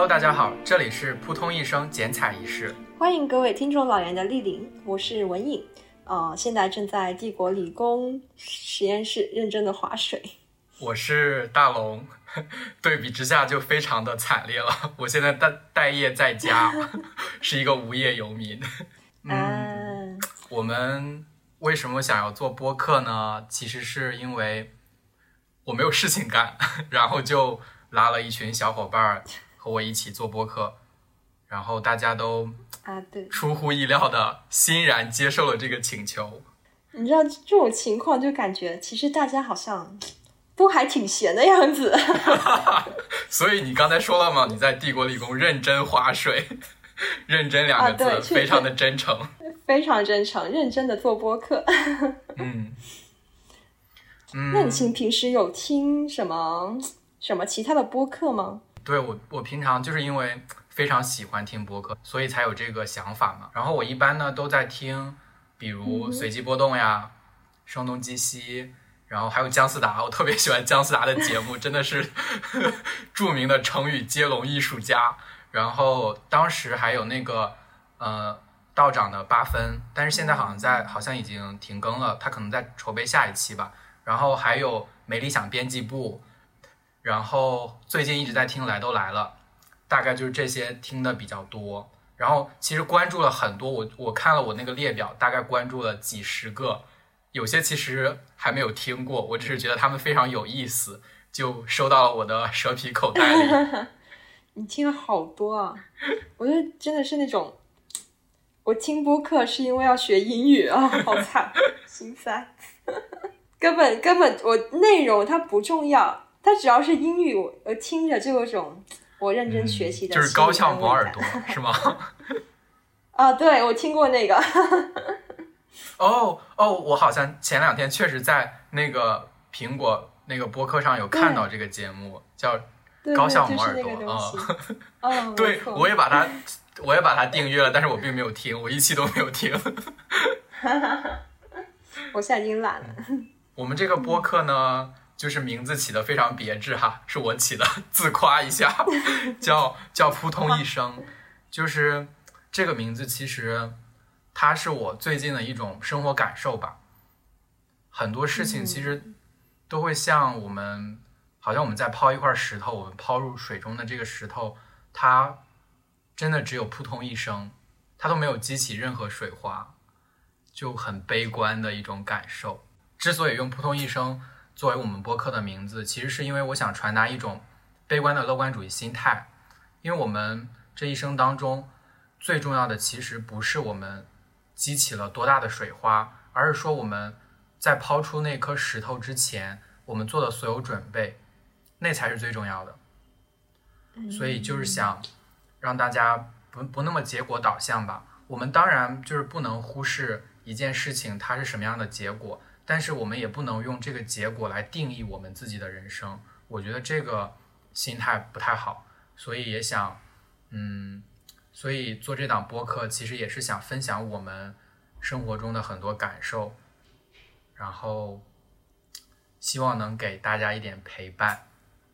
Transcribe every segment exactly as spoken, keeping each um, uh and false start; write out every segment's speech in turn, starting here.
Hello， 大家好，这里是扑通一声剪彩仪式， 欢迎各位听众老爷的莅临，我是文颖，呃，现在正在帝国理工实验室认真的划水。 我是大龙，对比之下就非常的惨烈了，我现在待待业在家，是一个无业游民。嗯，我们为什么想要做播客呢？其实是因为我没有事情干，然后就拉了一群小伙伴和我一起做播客，然后大家都啊，对， 出乎意料的欣然接受了这个请求。 你知道这种情况就感觉其实大家好像都还挺闲的样子。 所以你刚才说了吗？你在帝国理工认真划水，认真两个字、 啊、 非常的真诚， 非常真诚，认真的做播客。 嗯嗯， 那你平时有听什么什么其他的播客吗？ 对，我我平常就是因为非常喜欢听播客，所以才有这个想法嘛。然后我一般呢都在听，比如随机波动呀、嗯、声东击西，然后还有姜思达，我特别喜欢姜思达的节目，真的是著名的成语接龙艺术家。然后当时还有那个呃道长的八分，但是现在好像在好像已经停更了，他可能在筹备下一期吧。然后还有没理想编辑部，然后最近一直在听来都来了，大概就是这些听的比较多。然后其实关注了很多，我我看了我那个列表，大概关注了几十个，有些其实还没有听过，我只是觉得他们非常有意思，就收到了我的蛇皮口袋里。 你听了好多啊！我觉得真的是那种，我听播客是因为要学英语啊，好惨，心塞。根本根本我内容它不重要，它只要是英语，我我听着就有种我认真学习的、嗯、 就是高翘磨耳朵是吗？ 啊，对，我听过那个。 哦哦，我好像前两天确实在那个苹果那个播客上有看到这个节目，叫高翘磨耳朵啊。 嗯， 对，我也把它我也把它订阅了，但是我并没有听，我一期都没有听。 我现在已经懒了。 我们这个播客呢，就是名字起的非常别致哈，是我起的，自夸一下，叫叫扑通一声。就是这个名字其实它是我最近的一种生活感受吧。很多事情其实都会像我们，好像我们在抛一块石头，我们抛入水中的这个石头，它真的只有扑通一声，它都没有激起任何水花，就很悲观的一种感受。之所以用扑通一声作为我们播客的名字，其实是因为我想传达一种悲观的乐观主义心态。因为我们这一生当中最重要的其实不是我们激起了多大的水花，而是说我们在抛出那颗石头之前，我们做的所有准备，那才是最重要的。所以就是想让大家不不那么结果导向吧。我们当然就是不能忽视一件事情它是什么样的结果，但是我们也不能用这个结果来定义我们自己的人生，我觉得这个心态不太好。所以也想嗯，所以做这档播客其实也是想分享我们生活中的很多感受，然后希望能给大家一点陪伴。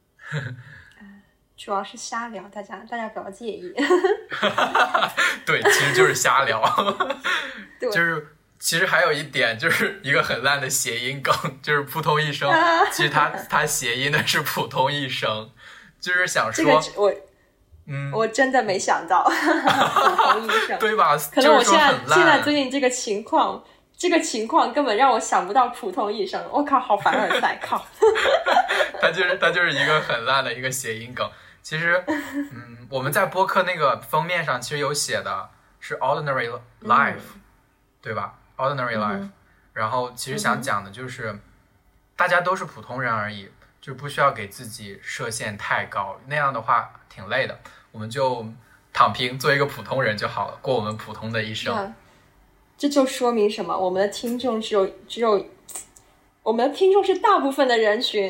主要是瞎聊，大家大家不要介意。 对，其实就是瞎聊。就是其实还有一点，就是一个很烂的谐音梗，就是扑通一声，其实它它谐音的是普通一生，就是想说、 这个、我嗯，我真的没想到。普通一生对吧？ 可能我现在、 就是、 现在最近这个情况这个情况根本让我想不到普通一生，我靠，好凡尔赛，靠。 它就是它就是一个很烂的一个谐音梗。其实嗯，我们在播客那个封面上其实有写的是 ordinary life、嗯、对吧？ ordinary life、嗯、然后其实想讲的就是、嗯、大家都是普通人而已，就不需要给自己设限太高，那样的话挺累的，我们就躺平做一个普通人就好了，过我们普通的一生、嗯、 这就说明什么？我们的听众只有只有我们的听众是大部分的人群。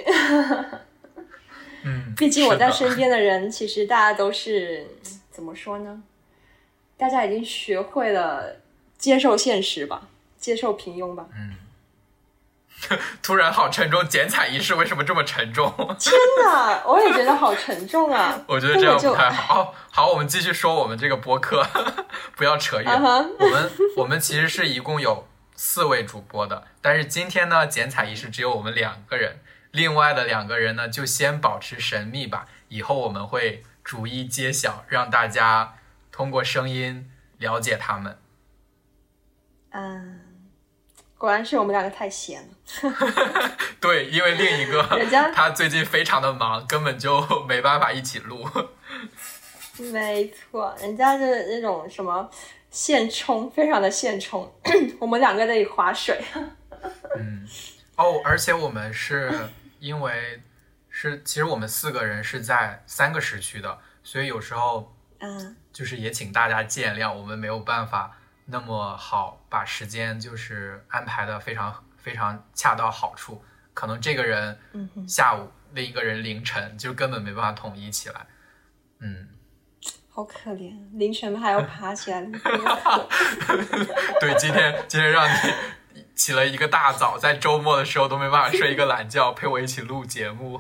嗯， 毕竟我在身边的人其实大家都是怎么说呢，大家已经学会了接受现实吧，接受平庸吧。 嗯， 突然好沉重，剪彩仪式为什么这么沉重？ 天哪，我也觉得好沉重啊！ 我觉得这样不太好。哦，好，我们继续说我们这个播客，不要扯远。 Uh-huh. 我们我们其实是一共有四位主播的，但是今天呢，剪彩仪式只有我们两个人，另外的两个人呢就先保持神秘吧，以后我们会逐一揭晓，让大家通过声音了解他们。 嗯。果然是我们两个太闲了。 对，因为另一个人家他最近非常的忙，根本就没办法一起录。 没错，人家是那种什么现充，非常的现充。我们两个在这里划水。 嗯，哦，而且我们是因为是，其实我们四个人是在三个时区的，所以有时候， 嗯， 就是也请大家见谅，我们没有办法那么好把时间就是安排的非常非常恰到好处，可能这个人下午，嗯、另一个人凌晨，就根本没办法统一起来。嗯， 好可怜，凌晨还要爬起来。 对，今天今天让你起了一个大早，在周末的时候都没办法睡一个懒觉，陪我一起录节目。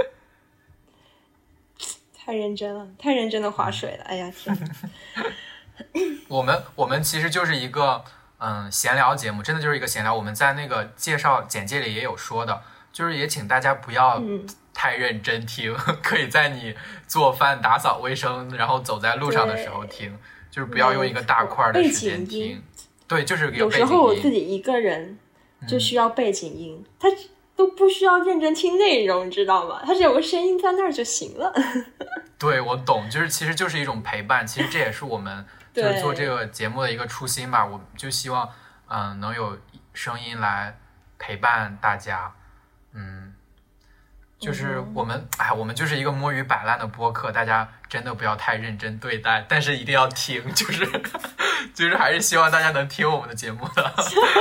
太认真了，太认真的划水了，哎呀天哪！ 我们我们其实就是一个嗯闲聊节目，真的就是一个闲聊。我们在那个介绍简介里也有说的，就是也请大家不要太认真听，嗯、可以在你做饭、打扫卫生，然后走在路上的时候听，就是不要用一个大块的时间听。对，就是有背景音。 有时候我自己一个人就需要背景音，嗯、它都不需要认真听内容，你知道吗？它只有个声音在那儿就行了。 对，我懂，就是其实就是一种陪伴，其实这也是我们就是做这个节目的一个初心吧。我就希望嗯、呃、能有声音来陪伴大家。嗯，就是我们、嗯、哎我们就是一个摸鱼摆烂的播客，大家真的不要太认真对待，但是一定要听，就是就是还是希望大家能听我们的节目的。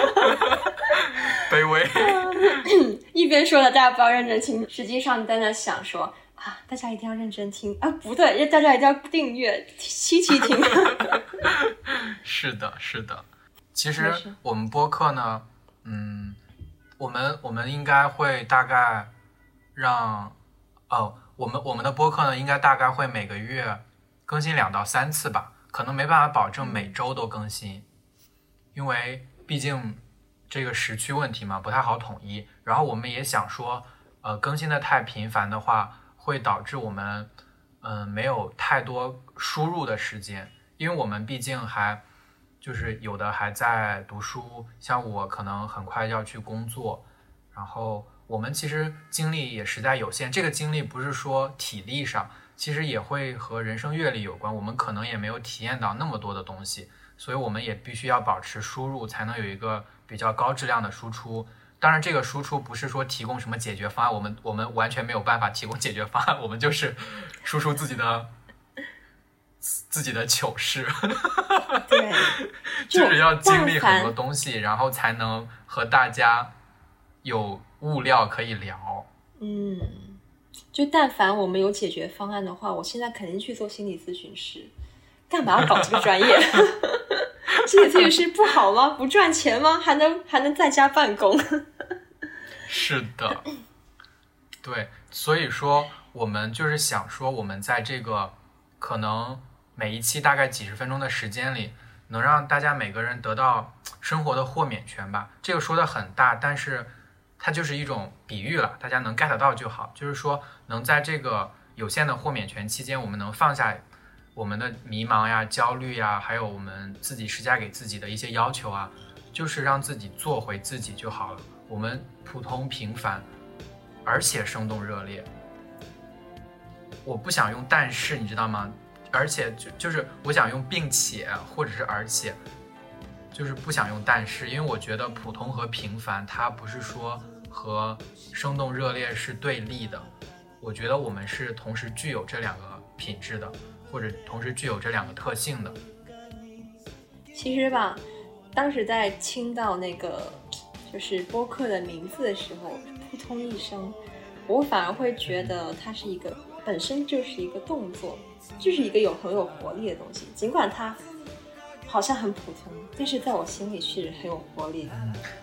卑微。 一边说了大家不要认真听，实际上你在那想说啊，大家一定要认真听啊，不对，大家一定要订阅，期期听。 是的，是的。其实我们播客呢，嗯，我们我们应该会大概让，哦，我们我们的播客呢，应该大概会每个月更新两到三次吧，可能没办法保证每周都更新，因为毕竟这个时区问题嘛，不太好统一。然后我们也想说，呃，更新的太频繁的话，会导致我们嗯、呃、没有太多输入的时间，因为我们毕竟还就是有的还在读书，像我可能很快要去工作，然后我们其实精力也实在有限。这个精力不是说体力上，其实也会和人生阅历有关，我们可能也没有体验到那么多的东西，所以我们也必须要保持输入，才能有一个比较高质量的输出。当然这个输出不是说提供什么解决方案，我们我们完全没有办法提供解决方案，我们就是输出自己的自己的糗事。 对， 就是要经历很多东西，然后才能和大家有物料可以聊。 嗯，就但凡我们有解决方案的话，我现在肯定去做心理咨询师，干嘛要搞这个专业？心理咨询师不好吗？不赚钱吗？还能还能在家办公？ 是的，对，所以说我们就是想说，我们在这个可能每一期大概几十分钟的时间里，能让大家每个人得到生活的豁免权吧。这个说的很大，但是它就是一种比喻了，大家能 get 到就好。就是说，能在这个有限的豁免权期间，我们能放下我们的迷茫呀、焦虑呀，还有我们自己施加给自己的一些要求啊，就是让自己做回自己就好了。我们普通平凡，而且生动热烈。我不想用但是，你知道吗？而且就就是我想用并且或者是而且，就是不想用但是，因为我觉得普通和平凡它不是说和生动热烈是对立的，我觉得我们是同时具有这两个品质的，或者同时具有这两个特性的。 其实吧，当时在听到那个就是播客的名字的时候，扑通一声，我反而会觉得它是一个本身就是一个动作，就是一个有很有活力的东西，尽管它好像很普通，但是在我心里是很有活力的。 嗯，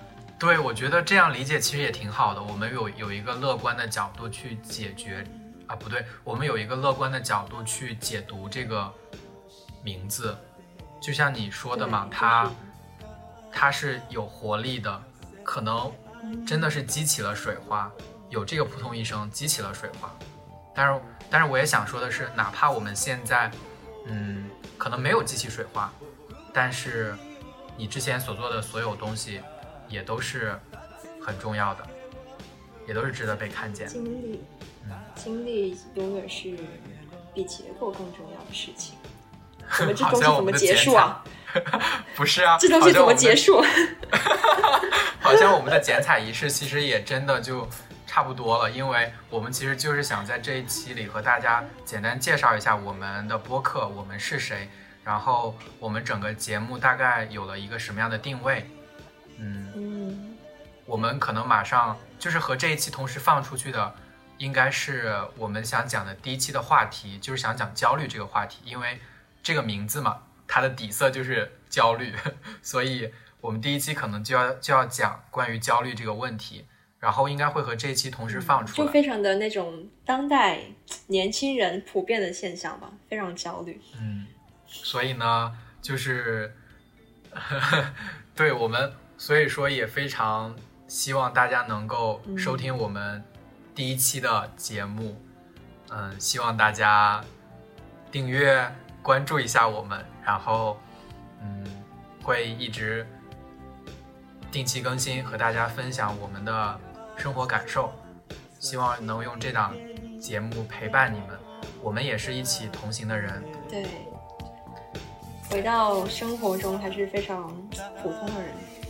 对，我觉得这样理解其实也挺好的。我们有有一个乐观的角度去解决，啊，不对，我们有一个乐观的角度去解读这个名字。就像你说的嘛，它它是有活力的，可能真的是激起了水花，有这个扑通一声激起了水花。但是但是我也想说的是，哪怕我们现在嗯可能没有激起水花，但是你之前所做的所有东西也都是很重要的，也都是值得被看见。 经历， 嗯， 经历永远是比结果更重要的事情。我们这东西怎么结束啊？ 不是啊， 这东西怎么结束？ 好像我们的剪彩仪式其实也真的就差不多了，因为我们其实就是想在这一期里和大家简单介绍一下我们的播客，我们是谁，然后我们整个节目大概有了一个什么样的定位。嗯嗯，我们可能马上就是和这一期同时放出去的，应该是我们想讲的第一期的话题，就是想讲焦虑这个话题，因为这个名字嘛，它的底色就是焦虑，所以我们第一期可能就要就要讲关于焦虑这个问题，然后应该会和这一期同时放出来， 就非常的那种当代年轻人普遍的现象吧，非常焦虑。 嗯，所以呢，就是呵呵对我们，所以说也非常希望大家能够收听我们第一期的节目。嗯，嗯希望大家订阅关注一下我们，然后嗯，会一直定期更新，和大家分享我们的生活感受，希望能用这档节目陪伴你们。我们也是一起同行的人。 对，回到生活中还是非常普通的人，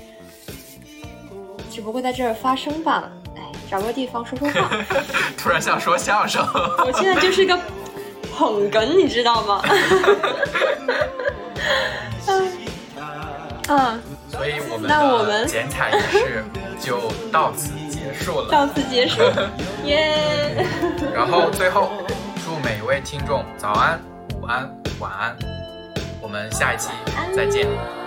只不过在这儿发声罢了。哎，找个地方说说话。 突然想说相声。 我现在就是个捧哏，你知道吗？嗯， 所以我们那我们的剪彩仪式就到此结束了。 到此结束，耶！ 然后最后祝每一位听众早安、午安、晚安，我们下一期再见。